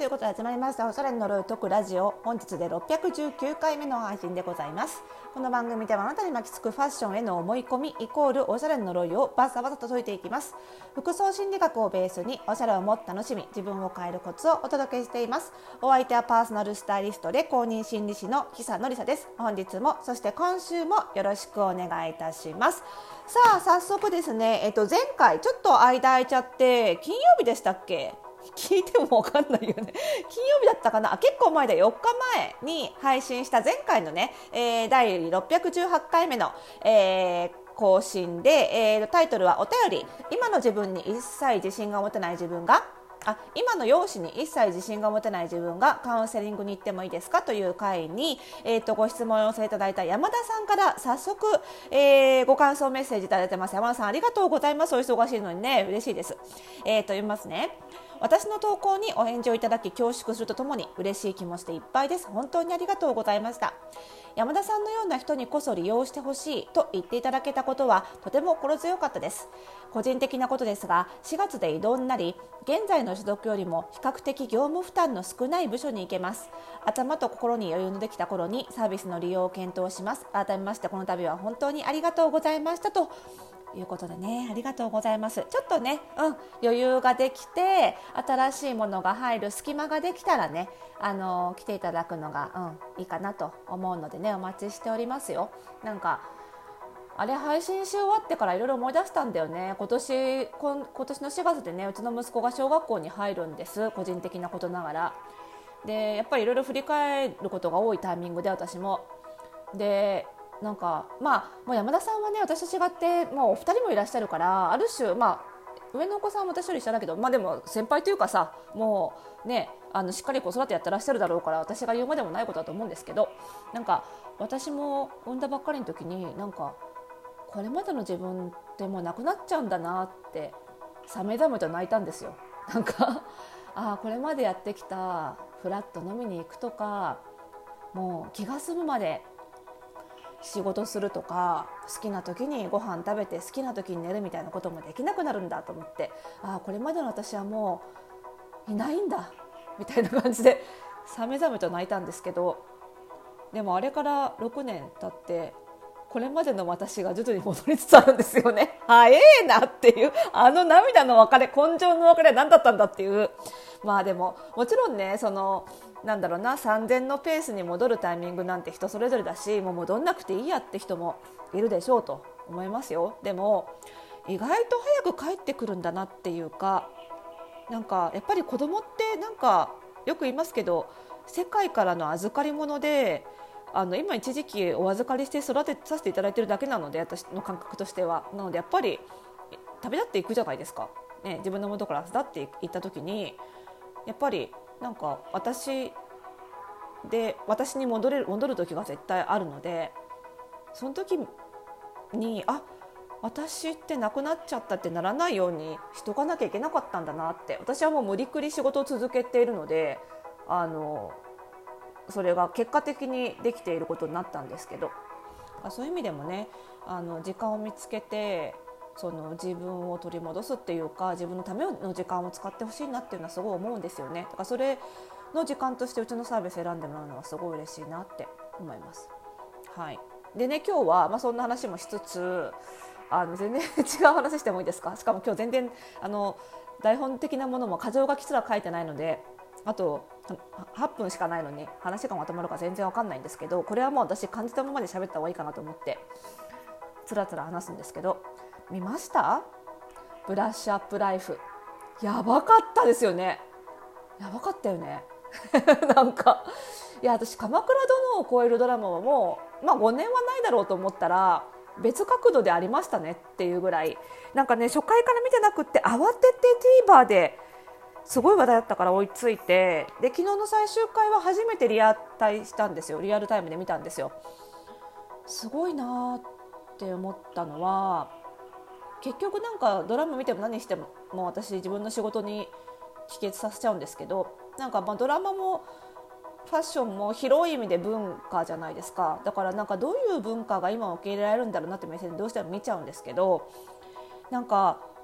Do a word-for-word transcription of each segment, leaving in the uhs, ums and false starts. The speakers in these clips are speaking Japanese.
いうことで始まりましたおしゃれに乗る解くラジオ。本日でろっぴゃくじゅうきゅうかいめの配信でございます。この番組ではあなたに巻きつくファッションへの思い込みイコールおしゃれの呪いをバサバサと解いていきます。服装心理学をベースにおしゃれをもっと楽しみ自分を変えるコツをお届けしています。お相手はパーソナルスタイリストで公認心理師の久野里沙です。本日もそして今週もよろしくお願いいたします。さあ早速ですね、えっと、前回ちょっと間空いちゃって金曜日でしたっけ、聞いても分かんないよね金曜日だったかなあ、結構前だ、よっかまえに配信した前回のね、えー、だいろっぴゃくじゅうはちかいめの、えー、更新で、えー、タイトルはお便り、今の自分に一切自信が持てない自分があ今の容姿に一切自信が持てない自分がカウンセリングに行ってもいいですかという回に、えー、とご質問を寄せいただいた山田さんから早速、えー、ご感想メッセージいただいてます。山田さんありがとうございます。お忙しいのにね嬉しいです。えー、と読みますね。私の投稿にお返事をいただき恐縮するとともに嬉しい気持ちでいっぱいです。本当にありがとうございました。山田さんのような人にこそ利用してほしいと言っていただけたことはとても心強かったです。個人的なことですが、しがつで異動になり、現在の所属よりも比較的業務負担の少ない部署に行けます。頭と心に余裕のできた頃にサービスの利用を検討します。改めましてこの度は本当にありがとうございましたということでね、ありがとうございます。ちょっとね、うん、余裕ができて新しいものが入る隙間ができたらね、あの来ていただくのが、うん、いいかなと思うのでね、お待ちしておりますよ。なんかあれ配信し終わってからいろいろ思い出したんだよね。今年今今年のしがつでね、うちの息子が小学校に入るんです。個人的なことながらで、やっぱりいろいろ振り返ることが多いタイミングで、私もでなんかまあもう山田さんはね、私と違ってもうお二人もいらっしゃるから、ある種まあ上のお子さんは私より下だけど、まあでも先輩というかさ、もうね、あのしっかり子育てやってらっしゃるだろうから、私が言うまでもないことだと思うんですけど、なんか私も産んだばっかりの時に、なんかこれまでの自分ってもうなくなっちゃうんだなってさめざめと泣いたんですよ。なんかあこれまでやってきたフラッと飲みに行くとか、もう気が済むまで仕事するとか、好きな時にご飯食べて好きな時に寝るみたいなこともできなくなるんだと思って、あこれまでの私はもういないんだみたいな感じでさめざめと泣いたんですけど、でもあれからろくねん経ってこれまでの私が徐々に戻りつつあるんですよね。早えなっていう、あの涙の別れ、根性の別れは何だったんだっていう。まあでももちろんね、そのなんだろうな、さんぜんのペースに戻るタイミングなんて人それぞれだし、もう戻んなくていいやって人もいるでしょうと思いますよ。でも意外と早く帰ってくるんだなっていうか、なんかやっぱり子供ってなんかよく言いますけど、世界からの預かり物で、あの今一時期お預かりして育てさせていただいているだけなので、私の感覚としては。なのでやっぱり旅立っていくじゃないですか、ね、自分の元から巣立っていった時に、やっぱりなんか私で私に戻れる戻る時が絶対あるので、その時にあ私ってなくなっちゃったってならないようにしとかなきゃいけなかったんだなって。私はもう無理くり仕事を続けているので、あのそれが結果的にできていることになったんですけど、そういう意味でもね、あの時間を見つけてその自分を取り戻すっていうか、自分のための時間を使ってほしいなっていうのはすごい思うんですよね。だからそれの時間としてうちのサービス選んでもらうのはすごい嬉しいなって思います。はい、でね、今日は、まあ、そんな話もしつつ、あの全然違う話してもいいですか。しかも今日全然あの台本的なものも箇条書きすら書いてないので、あとはっぷんしかないのに話がまとまるか全然わかんないんですけど、これはもう私感じたままで喋った方がいいかなと思ってつらつら話すんですけど、見ました？ブラッシュアップライフ。やばかったですよね。やばかったよねなんかいや、私鎌倉殿を超えるドラマはもう、まあ、ごねんはないだろうと思ったら別角度でありましたねっていうぐらい、なんかね、初回から見てなくって慌てて TVer ですごい話題だったから追いついて、で昨日の最終回は初めてリアタイしたんですよ。リアルタイムで見たんですよ。すごいなって思ったのは、結局なんかドラマ見ても何してももう私自分の仕事に帰結させちゃうんですけど、なんかまあドラマもファッションも広い意味で文化じゃないですか。だからなんかどういう文化が今受け入れられるんだろうなって目線でどうしても見ちゃうんですけど、なんか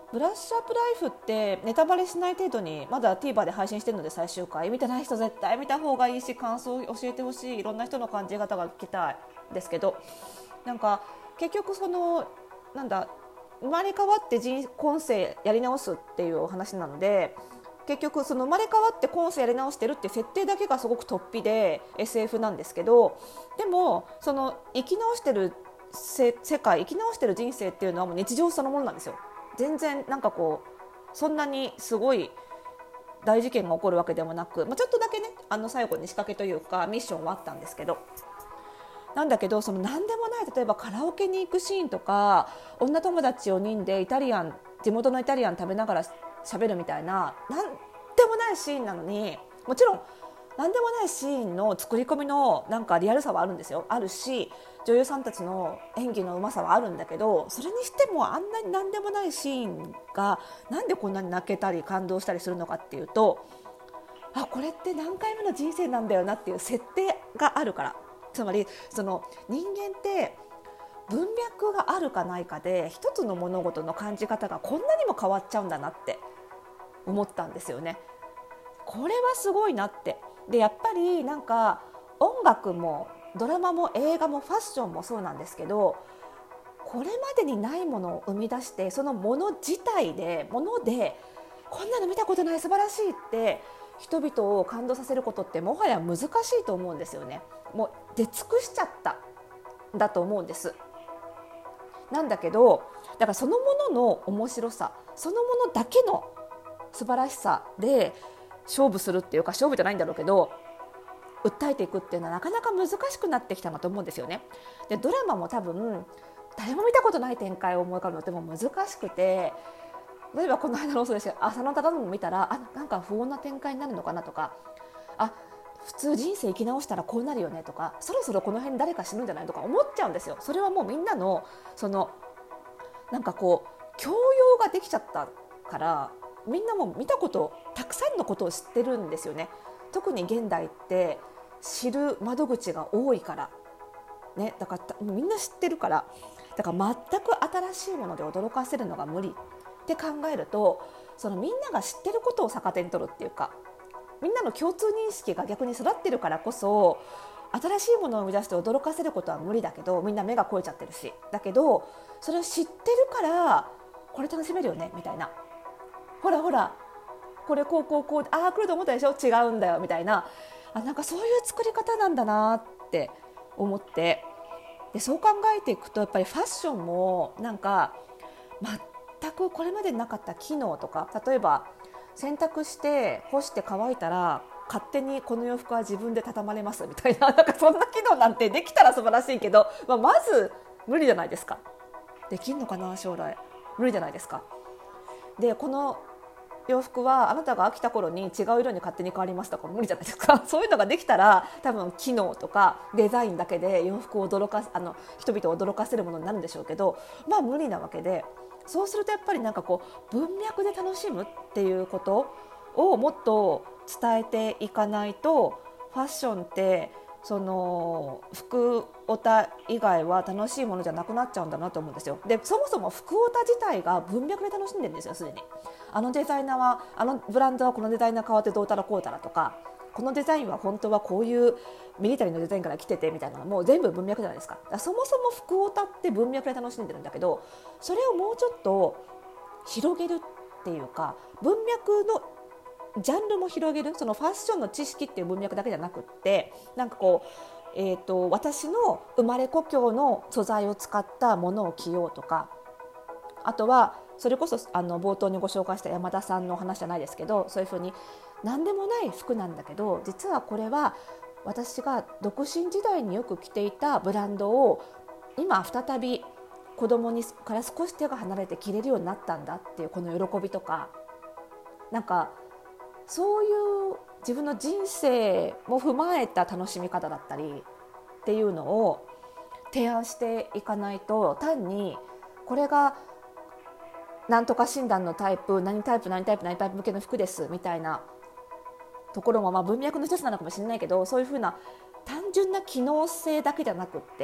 ブラッシュアップライフってネタバレしない程度にまだ TVer で配信してるので、最終回見てない人絶対見た方がいいし、感想を教えてほしい、いろんな人の感じ方が聞きたいですけど、なんか結局そのなんだ生まれ変わって人今世やり直すっていうお話なので、結局その生まれ変わって今世やり直してるっていう設定だけがすごく突飛で エスエフ なんですけど、でもその生き直してる世界、生き直してる人生っていうのはもう日常そのものなんですよ。全然なんかこうそんなにすごい大事件が起こるわけでもなく、まあ、ちょっとだけねあの最後に仕掛けというかミッションはあったんですけど、なんだけどその何でもない、例えばカラオケに行くシーンとか、女友達よにんでイタリアン地元のイタリアン食べながら喋るみたいな、何でもないシーンなのに、もちろん何でもないシーンの作り込みのなんかリアルさはあるんですよ、あるし、女優さんたちの演技のうまさはあるんだけど、それにしてもあんなに何でもないシーンがなんでこんなに泣けたり感動したりするのかっていうと、あ、これって何回目の人生なんだよなっていう設定があるから。つまりその人間って文脈があるかないかで一つの物事の感じ方がこんなにも変わっちゃうんだなって思ったんですよね。これはすごいなって。でやっぱりなんか音楽もドラマも映画もファッションもそうなんですけど、これまでにないものを生み出して、そのもの自体でものでこんなの見たことない、素晴らしいって人々を感動させることってもはや難しいと思うんですよね。もう出尽くしちゃったんだと思うんです。なんだけどだからそのものの面白さ、そのものだけの素晴らしさで勝負するっていうか、勝負じゃないんだろうけど訴えていくっていうのはなかなか難しくなってきたなと思うんですよね。でドラマも多分誰も見たことない展開を思い浮かべるのっても難しくて、例えばこの間のそうですよ、浅野忠信も見たら、あ、なんか不穏な展開になるのかなとか、あ、普通人生生き直したらこうなるよねとか、そろそろこの辺誰か死ぬんじゃないとか思っちゃうんですよ。それはもうみんなのそのなんかこう教養ができちゃったから、みんなも見たこと、たくさんのことを知ってるんですよね。特に現代って知る窓口が多いからね、だからみんな知ってるから、だから全く新しいもので驚かせるのが無理って考えると、そのみんなが知ってることを逆手に取るっていうか、みんなの共通認識が逆に育ってるからこそ、新しいものを生み出して驚かせることは無理だけど、みんな目が肥えちゃってるし、だけどそれを知ってるからこれ楽しめるよねみたいな、ほらほらこれこうこうこう、ああ来ると思ったでしょ、違うんだよみたいな、あ、なんかそういう作り方なんだなって思って、でそう考えていくとやっぱりファッションもなんか全くこれまでになかった機能とか、例えば洗濯して干して乾いたら勝手にこの洋服は自分で畳まれますみたいな、なんかそんな機能なんてできたら素晴らしいけど、まあ、まず無理じゃないですか。できんのかな、将来無理じゃないですか。でこの洋服はあなたが飽きた頃に違う色に勝手に変わりますとか無理じゃないですか。そういうのができたら多分機能とかデザインだけで洋服を驚かす、あの人々を驚かせるものになるんでしょうけど、まあ無理なわけで、そうするとやっぱりなんかこう文脈で楽しむっていうことをもっと伝えていかないと、ファッションってその服オタ以外は楽しいものじゃなくなっちゃうんだなと思うんですよ。でそもそも服オタ自体が文脈で楽しんでるんですよ、すでに。あのデザイナーは、あのブランドはこのデザイナー変わってどうたらこうたらとか、このデザインは本当はこういうミリタリーのデザインから来ててみたいなのもう全部文脈じゃないですか。だからそもそも服オタって文脈で楽しんでるんだけど、それをもうちょっと広げるっていうか、文脈のジャンルも広げる、そのファッションの知識っていう文脈だけじゃなくって、なんかこう、えーと、私の生まれ故郷の素材を使ったものを着ようとか、あとはそれこそあの冒頭にご紹介した山田さんの話じゃないですけど、そういうふうに何でもない服なんだけど、実はこれは私が独身時代によく着ていたブランドを今再び子供にから少し手が離れて着れるようになったんだっていうこの喜びとか、なんかそういう自分の人生も踏まえた楽しみ方だったりっていうのを提案していかないと、単にこれがなんとか診断のタイプ、何タイプ何タイプ何タイプ向けの服ですみたいなところもまあ文脈の一つなのかもしれないけど、そういうふうな単純な機能性だけじゃなくって、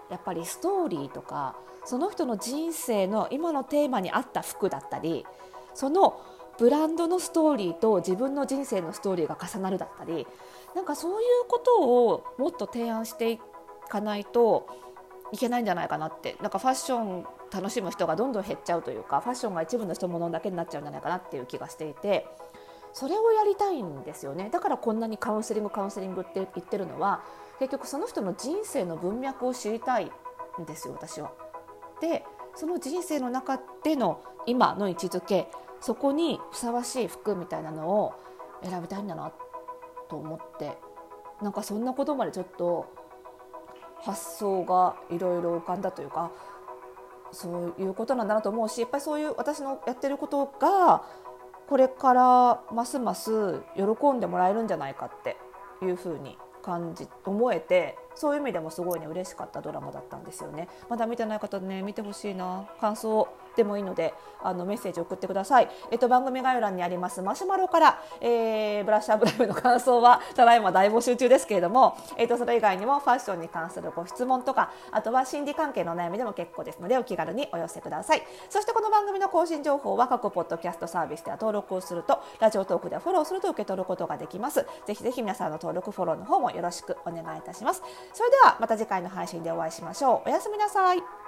やっぱりストーリーとかその人の人生の今のテーマに合った服だったり、そのブランドのストーリーと自分の人生のストーリーが重なるだったり、なんかそういうことをもっと提案していかないといけないんじゃないかなって、なんかファッション楽しむ人がどんどん減っちゃうというか、ファッションが一部の人ものだけになっちゃうんじゃないかなっていう気がしていて、それをやりたいんですよね。だからこんなにカウンセリングカウンセリングって言ってるのは、結局その人の人生の文脈を知りたいんですよ、私は。でその人生の中での今の位置づけ、そこにふさわしい服みたいなのを選びたいんだなと思って、なんかそんなことまでちょっと発想がいろいろ浮かんだというか、そういうことなんだなと思うし、やっぱりそういう私のやってることがこれからますます喜んでもらえるんじゃないかっていうふうに感じ思えて、そういう意味でもすごいね嬉しかったドラマだったんですよね。まだ見てない方ね、見てほしいな。感想でもいいのであのメッセージ送ってください。えっと、番組概要欄にありますマシュマロから、えー、ブラッシュアップライブの感想はただいま大募集中ですけれども、えっと、それ以外にもファッションに関するご質問とか、あとは心理関係の悩みでも結構ですのでお気軽にお寄せください。そしてこの番組の更新情報は各ポッドキャストサービスでは登録をすると、ラジオトークではフォローすると受け取ることができます。ぜひぜひ皆さんの登録フォローの方もよろしくお願いいたします。それではまた次回の配信でお会いしましょう。おやすみなさい。